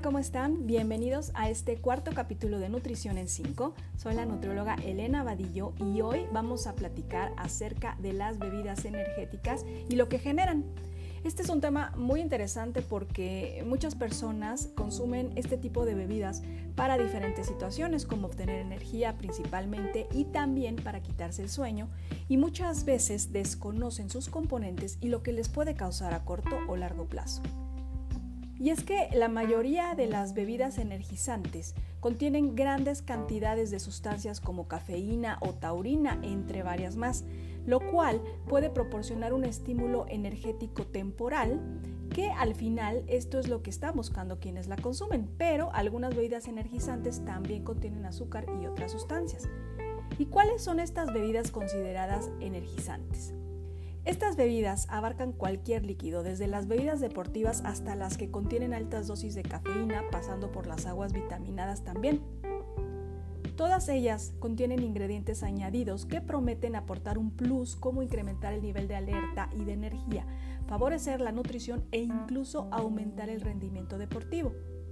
¿cómo están? Bienvenidos a este cuarto capítulo de Nutrición en 5. Soy la nutrióloga Elena Vadillo y hoy vamos a platicar acerca de las bebidas energéticas y lo que generan. Este es un tema muy interesante porque muchas personas consumen este tipo de bebidas para diferentes situaciones, como obtener energía principalmente y también para quitarse el sueño, y muchas veces desconocen sus componentes y lo que les puede causar a corto o largo plazo. Y es que la mayoría de las bebidas energizantes contienen grandes cantidades de sustancias como cafeína o taurina, entre varias más, lo cual puede proporcionar un estímulo energético temporal, que al final esto es lo que están buscando quienes la consumen, pero algunas bebidas energizantes también contienen azúcar y otras sustancias. ¿Y cuáles son estas bebidas consideradas energizantes? Estas bebidas abarcan cualquier líquido, desde las bebidas deportivas hasta las que contienen altas dosis de cafeína, pasando por las aguas vitaminadas también. Todas ellas contienen ingredientes añadidos que prometen aportar un plus, como incrementar el nivel de alerta y de energía, favorecer la nutrición e incluso aumentar el rendimiento deportivo.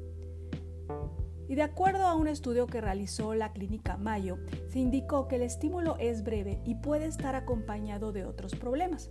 Y de acuerdo a un estudio que realizó la Clínica Mayo, se indicó que el estímulo es breve y puede estar acompañado de otros problemas.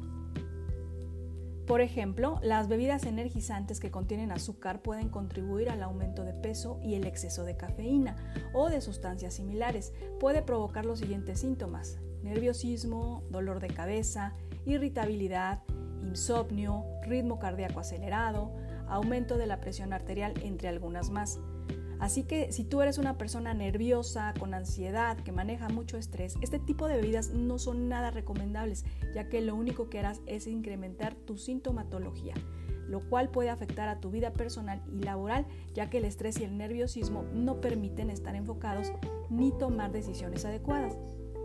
Por ejemplo, las bebidas energizantes que contienen azúcar pueden contribuir al aumento de peso, y el exceso de cafeína o de sustancias similares puede provocar los siguientes síntomas: nerviosismo, dolor de cabeza, irritabilidad, insomnio, ritmo cardíaco acelerado, aumento de la presión arterial, entre algunas más. Así que si tú eres una persona nerviosa, con ansiedad, que maneja mucho estrés, este tipo de bebidas no son nada recomendables, ya que lo único que harás es incrementar tu sintomatología, lo cual puede afectar a tu vida personal y laboral, ya que el estrés y el nerviosismo no permiten estar enfocados ni tomar decisiones adecuadas.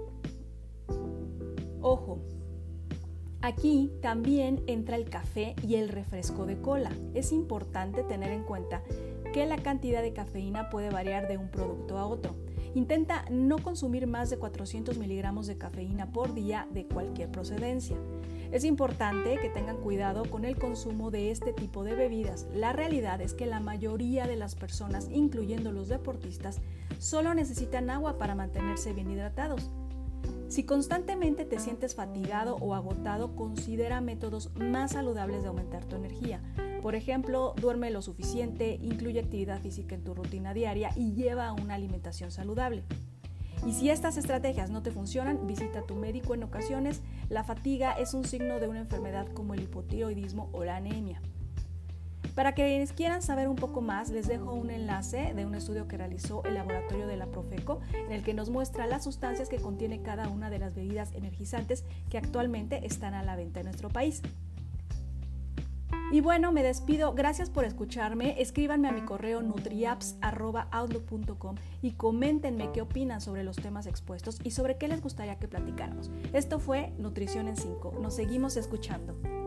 Ojo, aquí también entra el café y el refresco de cola. Es importante tener en cuenta que la cantidad de cafeína puede variar de un producto a otro. Intenta no consumir más de 400 miligramos de cafeína por día de cualquier procedencia. Es importante que tengan cuidado con el consumo de este tipo de bebidas. La realidad es que la mayoría de las personas, incluyendo los deportistas, solo necesitan agua para mantenerse bien hidratados. Si constantemente te sientes fatigado o agotado, considera métodos más saludables de aumentar tu energía. Por ejemplo, duerme lo suficiente, incluye actividad física en tu rutina diaria y lleva una alimentación saludable. Y si estas estrategias no te funcionan, visita a tu médico en ocasiones. La fatiga es un signo de una enfermedad como el hipotiroidismo o la anemia. Para quienes quieran saber un poco más, les dejo un enlace de un estudio que realizó el laboratorio de la Profeco, en el que nos muestra las sustancias que contiene cada una de las bebidas energizantes que actualmente están a la venta en nuestro país. Y bueno, me despido. Gracias por escucharme. Escríbanme a mi correo nutriapps@outlook.com y coméntenme qué opinan sobre los temas expuestos y sobre qué les gustaría que platicáramos. Esto fue Nutrición en 5. Nos seguimos escuchando.